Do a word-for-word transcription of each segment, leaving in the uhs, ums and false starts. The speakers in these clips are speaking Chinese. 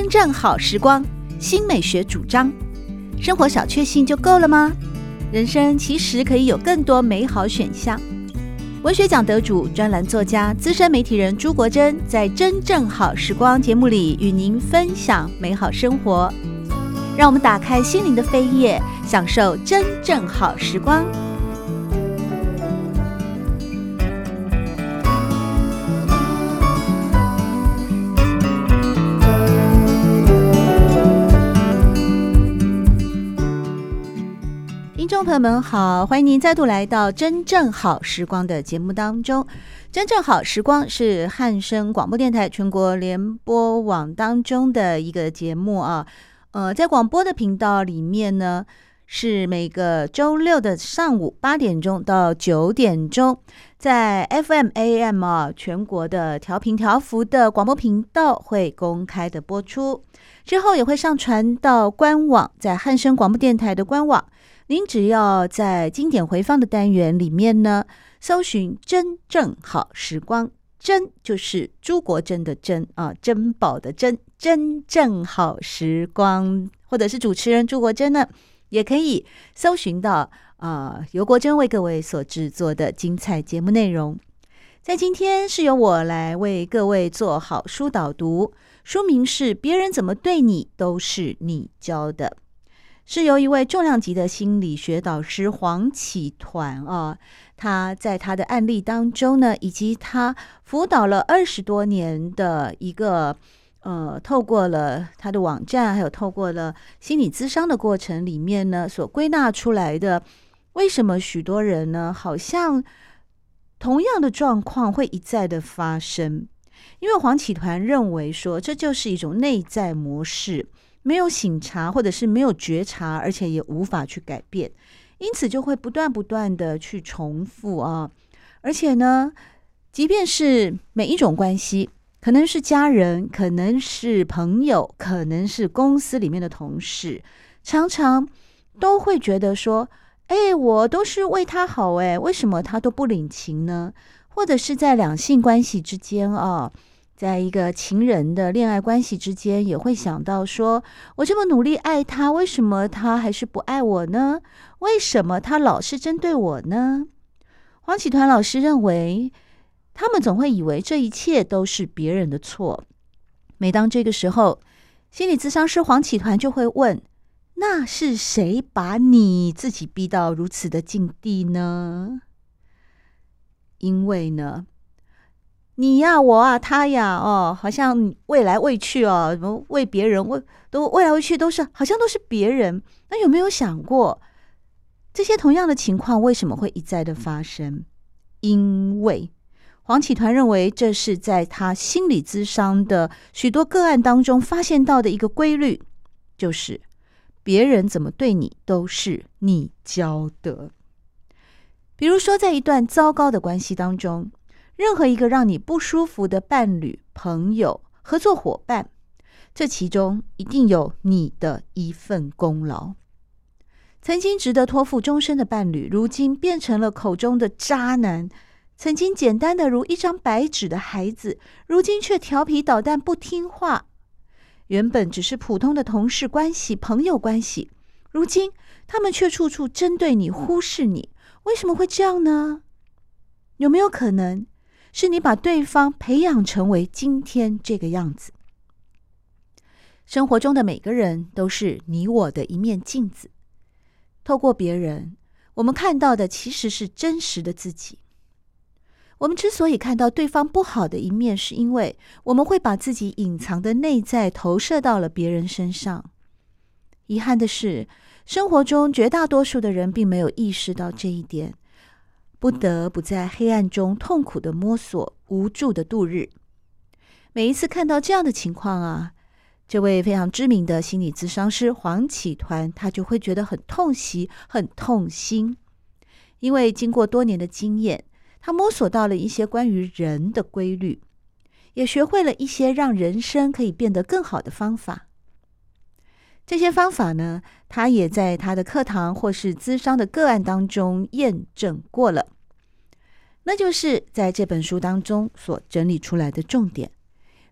正好时光，新美学主张。生活小确幸就够了吗？人生其实可以有更多美好选项。文学奖得主、专栏作家、资深媒体人朱国珍在《真正好时光》节目里与您分享美好生活。让我们打开心灵的扉页，享受真正好时光。听众朋友们好，欢迎您再度来到真正好时光的节目当中。真正好时光是汉声广播电台全国联播网当中的一个节目啊。呃，在广播的频道里面呢，是每个周六的上午八点钟到九点钟，在 F M、A M 啊全国的调频调幅的广播频道会公开的播出，之后也会上传到官网，在汉声广播电台的官网。您只要在经典回放的单元里面呢，搜寻真正好时光，珍就是朱国珍的珍啊，珍宝的珍，真正好时光，或者是主持人朱国珍呢，也可以搜寻到啊，由国珍为各位所制作的精彩节目内容。在今天是由我来为各位做好书导读，书名是《别人怎么对你都是你教的》。是由一位重量级的心理学导师黄启团啊，他在他的案例当中呢，以及他辅导了二十多年的一个呃，透过了他的网站，还有透过了心理咨商的过程里面呢，所归纳出来的，为什么许多人呢，好像同样的状况会一再的发生？因为黄启团认为说，这就是一种内在模式。没有醒察，或者是没有觉察，而且也无法去改变，因此就会不断不断的去重复啊。而且呢，即便是每一种关系，可能是家人，可能是朋友，可能是公司里面的同事，常常都会觉得说，哎，我都是为他好，哎，为什么他都不领情呢？或者是在两性关系之间啊，在一个情人的恋爱关系之间，也会想到说，我这么努力爱他，为什么他还是不爱我呢？为什么他老是针对我呢？黄启团老师认为，他们总会以为这一切都是别人的错。每当这个时候，心理咨商师黄启团就会问，那是谁把你自己逼到如此的境地呢？因为呢，你呀，我啊，他呀，哦，好像喂来喂去哦，什么喂别人，喂都喂来喂去，都是好像都是别人。那有没有想过，这些同样的情况为什么会一再的发生？因为黄启团认为，这是在他心理咨商的许多个案当中发现到的一个规律，就是别人怎么对你都是你教的。比如说，在一段糟糕的关系当中，任何一个让你不舒服的伴侣、朋友、合作伙伴，这其中一定有你的一份功劳。曾经值得托付终身的伴侣，如今变成了口中的渣男；曾经简单的如一张白纸的孩子，如今却调皮捣蛋不听话。原本只是普通的同事关系、朋友关系，如今他们却处处针对你、忽视你。为什么会这样呢？有没有可能是你把对方培养成为今天这个样子？生活中的每个人都是你我的一面镜子，透过别人，我们看到的其实是真实的自己。我们之所以看到对方不好的一面，是因为我们会把自己隐藏的内在投射到了别人身上。遗憾的是，生活中绝大多数的人并没有意识到这一点，不得不在黑暗中痛苦的摸索，无助的度日。每一次看到这样的情况啊，这位非常知名的心理咨商师黄启团，他就会觉得很痛惜，很痛心。因为经过多年的经验，他摸索到了一些关于人的规律，也学会了一些让人生可以变得更好的方法。这些方法呢，他也在他的课堂或是咨商的个案当中验证过了。那就是在这本书当中所整理出来的重点。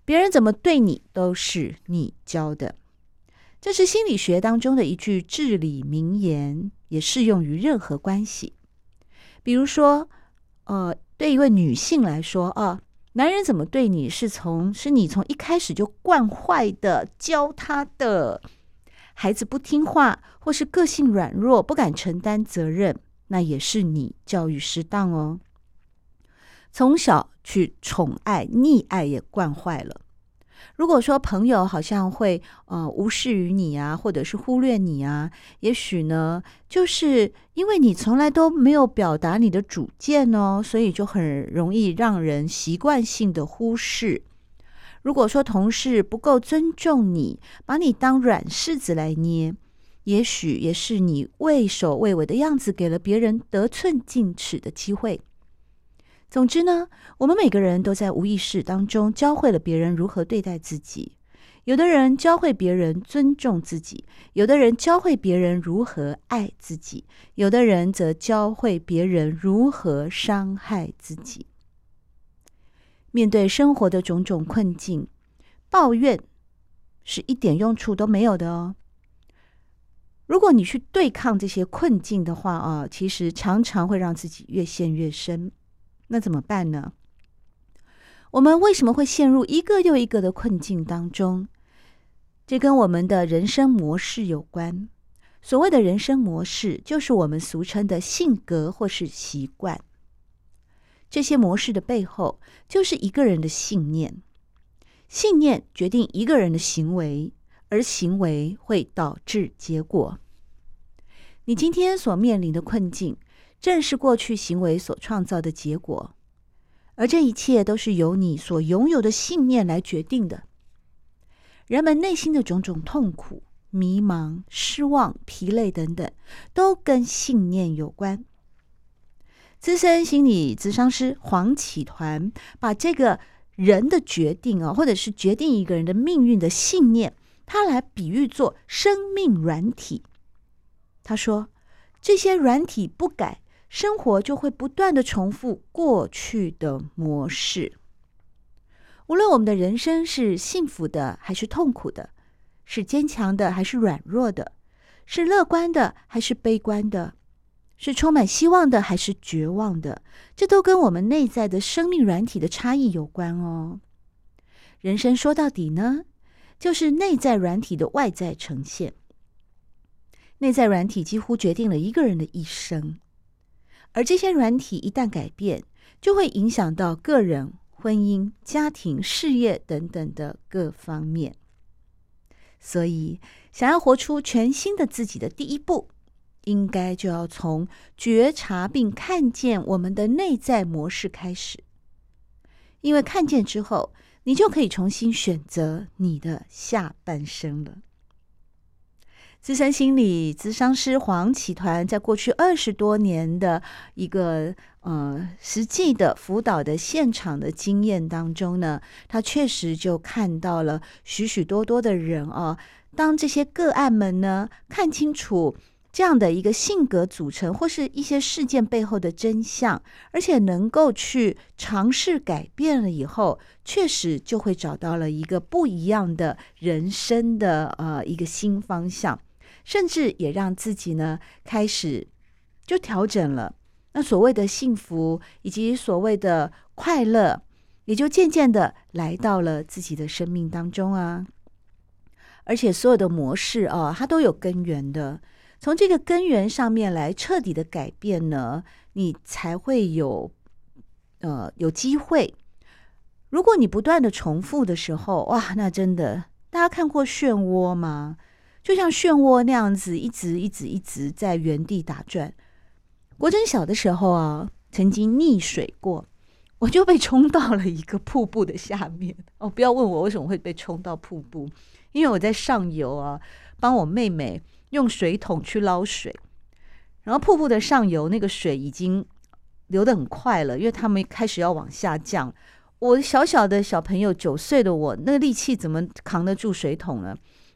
别人怎么对你都是你教的。这是心理学当中的一句至理名言，也适用于任何关系。比如说呃，对一位女性来说啊，男人怎么对你是从是你从一开始就惯坏的，教他的。孩子不听话，或是个性软弱，不敢承担责任，那也是你教育失当哦。从小去宠爱、溺爱也惯坏了。如果说朋友好像会呃无视于你啊，或者是忽略你啊，也许呢，就是因为你从来都没有表达你的主见哦，所以就很容易让人习惯性的忽视。如果说同事不够尊重你，把你当软柿子来捏，也许也是你畏首畏尾的样子，给了别人得寸进尺的机会。总之呢，我们每个人都在无意识当中教会了别人如何对待自己。有的人教会别人尊重自己，有的人教会别人如何爱自己，有的人则教会别人如何伤害自己。面对生活的种种困境，抱怨是一点用处都没有的哦。如果你去对抗这些困境的话啊，其实常常会让自己越陷越深。那怎么办呢？我们为什么会陷入一个又一个的困境当中？这跟我们的人生模式有关。所谓的人生模式，就是我们俗称的性格或是习惯。这些模式的背后，就是一个人的信念。信念决定一个人的行为，而行为会导致结果。你今天所面临的困境，正是过去行为所创造的结果，而这一切都是由你所拥有的信念来决定的。人们内心的种种痛苦、迷茫、失望、疲累等等，都跟信念有关。资深心理咨商师黄启团把这个人的决定啊，或者是决定一个人的命运的信念，他来比喻作生命软体。他说，这些软体不改，生活就会不断的重复过去的模式。无论我们的人生是幸福的还是痛苦的，是坚强的还是软弱的，是乐观的还是悲观的，是充满希望的还是绝望的，这都跟我们内在的生命软体的差异有关哦。人生说到底呢，就是内在软体的外在呈现。内在软体几乎决定了一个人的一生，而这些软体一旦改变，就会影响到个人、婚姻、家庭、事业等等的各方面。所以，想要活出全新的自己的第一步，应该就要从觉察并看见我们的内在模式开始。因为看见之后，你就可以重新选择你的下半生了。资深心理咨商师黄启团在过去二十多年的一个呃实际的辅导的现场的经验当中呢，他确实就看到了许许多多的人啊，当这些个案们呢看清楚这样的一个性格组成或是一些事件背后的真相，而且能够去尝试改变了以后，确实就会找到了一个不一样的人生的呃一个新方向。甚至也让自己呢开始就调整了，那所谓的幸福以及所谓的快乐，也就渐渐的来到了自己的生命当中啊。而且所有的模式啊，它都有根源的，从这个根源上面来彻底的改变呢，你才会有呃有机会。如果你不断的重复的时候，哇，那真的，大家看过漩涡吗？就像漩涡那样子，一直一直一直在原地打转。国珍小的时候啊，曾经溺水过，我就被冲到了一个瀑布的下面。哦，不要问我为什么会被冲到瀑布，因为我在上游啊，帮我妹妹用水桶去捞水，然后瀑布的上游那个水已经流得很快了，因为他们开始要往下降。我小小的小朋友，九岁的我，那个力气怎么扛得住水桶呢？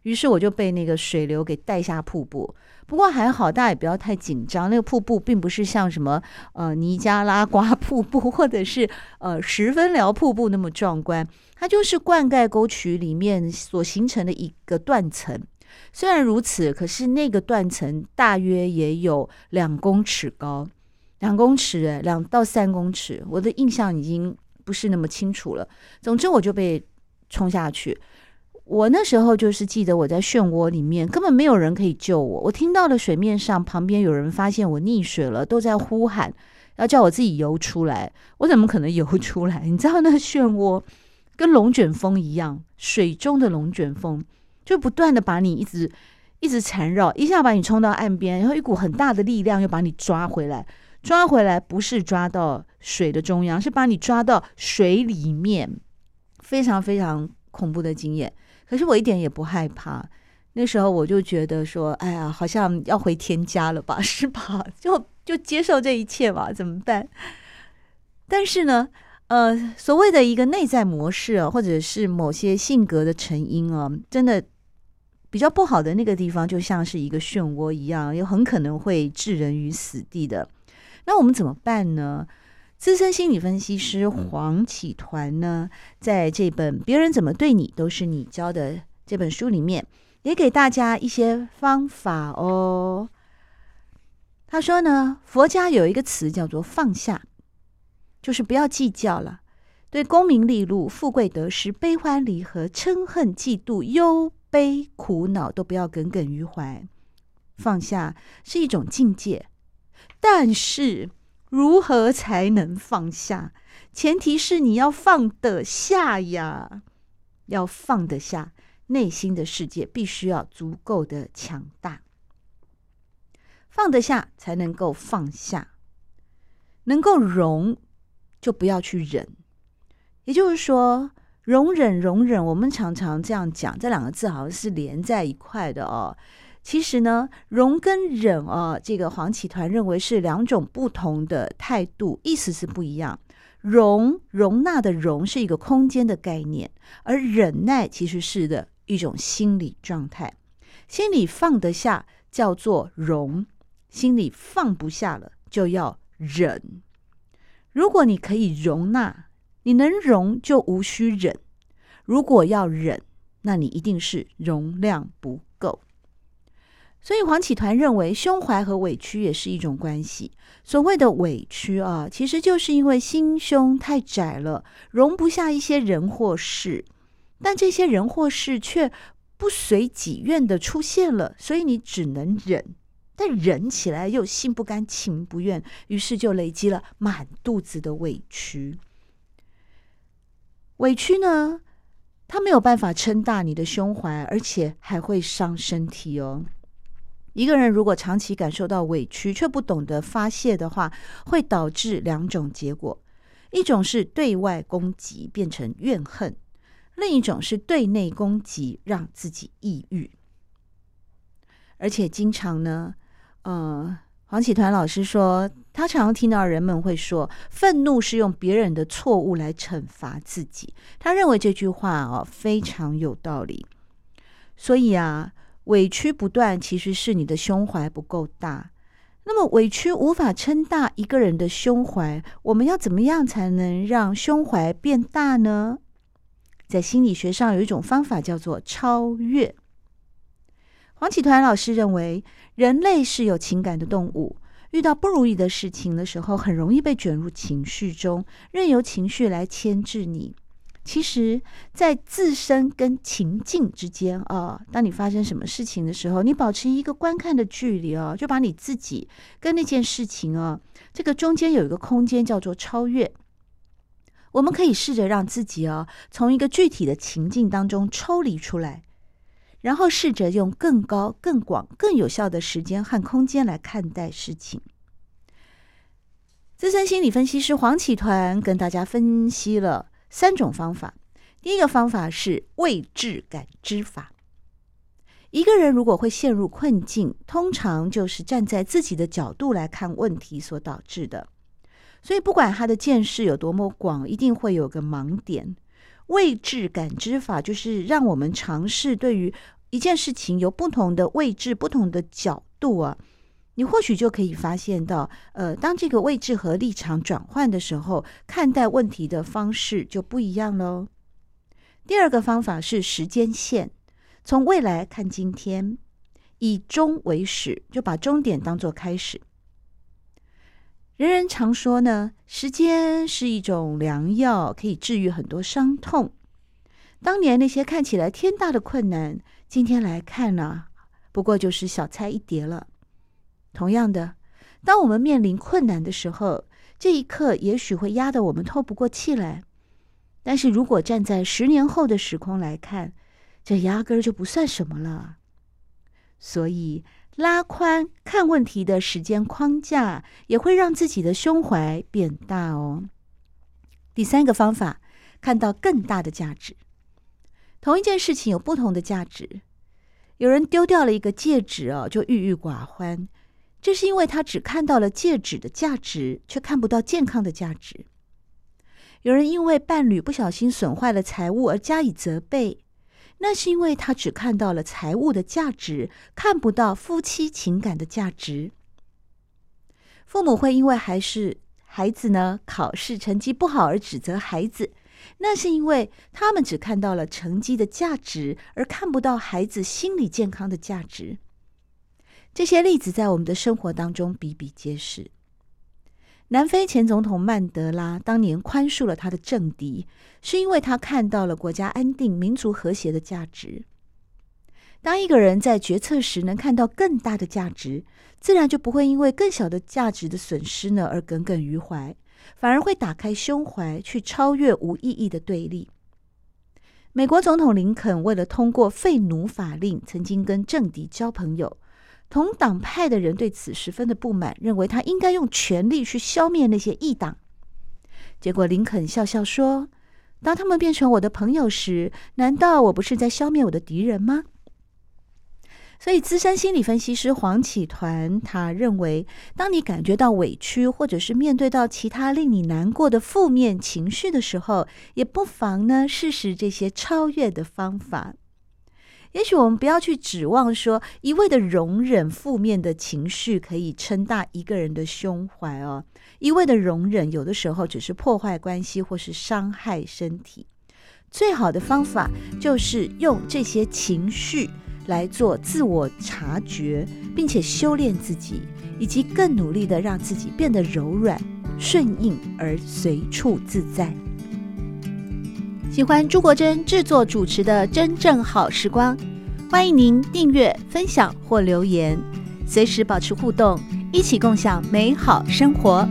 于是我就被那个水流给带下瀑布。不过还好，大家也不要太紧张。那个瀑布并不是像什么呃尼加拉瓜瀑布或者是呃十分寮瀑布那么壮观，它就是灌溉沟渠里面所形成的一个断层。虽然如此，可是那个断层大约也有两公尺高，两公尺，两到三公尺，我的印象已经不是那么清楚了。总之，我就被冲下去。我那时候就是记得我在漩涡里面，根本没有人可以救我。我听到了水面上旁边有人发现我溺水了，都在呼喊要叫我自己游出来。我怎么可能游出来？你知道那个漩涡跟龙卷风一样，水中的龙卷风就不断的把你一直一直缠绕，一下把你冲到岸边，然后一股很大的力量又把你抓回来。抓回来不是抓到水的中央，是把你抓到水里面，非常非常恐怖的经验。可是我一点也不害怕，那时候我就觉得说，哎呀，好像要回天家了吧，是吧？就就接受这一切吧，怎么办？但是呢，呃，所谓的一个内在模式啊，或者是某些性格的成因啊，真的比较不好的那个地方，就像是一个漩涡一样，有很可能会置人于死地的。那我们怎么办呢？资深心理分析师黄启团呢，在这本《别人怎么对你都是你教的》这本书里面，也给大家一些方法哦。他说呢，佛家有一个词叫做放下，就是不要计较了，对功名利禄、富贵得失、悲欢离合、嗔恨嫉妒、忧悲苦恼都不要耿耿于怀。放下是一种境界，但是如何才能放下？前提是你要放得下呀，要放得下，内心的世界必须要足够的强大，放得下才能够放下，能够容就不要去忍。也就是说，容忍容忍，我们常常这样讲，这两个字好像是连在一块的哦。其实呢，容跟忍啊，这个黄启团认为是两种不同的态度，意思是不一样。容容纳的容是一个空间的概念，而忍耐其实是的一种心理状态。心里放得下叫做容，心里放不下了就要忍。如果你可以容纳，你能容就无需忍；如果要忍，那你一定是容量不够。所以黄启团认为胸怀和委屈也是一种关系。所谓的委屈啊，其实就是因为心胸太窄了，容不下一些人或事，但这些人或事却不随己愿的出现了，所以你只能忍，但忍起来又心不甘情不愿，于是就累积了满肚子的委屈。委屈呢，它没有办法撑大你的胸怀，而且还会伤身体哦。一个人如果长期感受到委屈却不懂得发泄的话，会导致两种结果，一种是对外攻击变成怨恨，另一种是对内攻击让自己抑郁。而且经常呢呃，黄启团老师说，他常常听到人们会说，愤怒是用别人的错误来惩罚自己。他认为这句话哦非常有道理。所以啊，委屈不断其实是你的胸怀不够大。那么委屈无法撑大一个人的胸怀，我们要怎么样才能让胸怀变大呢？在心理学上有一种方法叫做超越。黄启团老师认为，人类是有情感的动物，遇到不如意的事情的时候，很容易被卷入情绪中，任由情绪来牵制你。其实在自身跟情境之间啊，当你发生什么事情的时候，你保持一个观看的距离啊，就把你自己跟那件事情啊，这个中间有一个空间叫做超越。我们可以试着让自己啊，从一个具体的情境当中抽离出来，然后试着用更高、更广、更有效的时间和空间来看待事情。资深心理分析师黄启团跟大家分析了三种方法。第一个方法是位置感知法。一个人如果会陷入困境，通常就是站在自己的角度来看问题所导致的。所以不管他的见识有多么广，一定会有个盲点。位置感知法就是让我们尝试对于一件事情由不同的位置、不同的角度啊，你或许就可以发现到，呃，当这个位置和立场转换的时候，看待问题的方式就不一样喽。第二个方法是时间线，从未来看今天，以终为始，就把终点当作开始。人人常说呢，时间是一种良药，可以治愈很多伤痛。当年那些看起来天大的困难，今天来看啊，不过就是小菜一碟了。同样的，当我们面临困难的时候，这一刻也许会压得我们透不过气来，但是如果站在十年后的时空来看，这压根儿就不算什么了。所以拉宽看问题的时间框架，也会让自己的胸怀变大哦。第三个方法，看到更大的价值。同一件事情有不同的价值，有人丢掉了一个戒指哦，就郁郁寡欢，这是因为他只看到了戒指的价值，却看不到健康的价值。有人因为伴侣不小心损坏了财物而加以责备，那是因为他只看到了财物的价值，看不到夫妻情感的价值。父母会因为还是孩子呢考试成绩不好而指责孩子，那是因为他们只看到了成绩的价值，而看不到孩子心理健康的价值。这些例子在我们的生活当中比比皆是。南非前总统曼德拉当年宽恕了他的政敌，是因为他看到了国家安定、民族和谐的价值。当一个人在决策时能看到更大的价值，自然就不会因为更小的价值的损失呢而耿耿于怀，反而会打开胸怀去超越无意义的对立。美国总统林肯为了通过废奴法令，曾经跟政敌交朋友，同党派的人对此十分的不满，认为他应该用权力去消灭那些异党。结果林肯笑笑说，当他们变成我的朋友时，难道我不是在消灭我的敌人吗？所以资深心理分析师黄启团他认为，当你感觉到委屈，或者是面对到其他令你难过的负面情绪的时候，也不妨呢试试这些超越的方法。也许我们不要去指望说一味的容忍负面的情绪可以撑大一个人的胸怀哦，一味的容忍有的时候只是破坏关系或是伤害身体。最好的方法就是用这些情绪来做自我察觉，并且修炼自己，以及更努力的让自己变得柔软、顺应而随处自在。喜欢朱国珍制作主持的真正好时光，欢迎您订阅、分享或留言，随时保持互动，一起共享美好生活。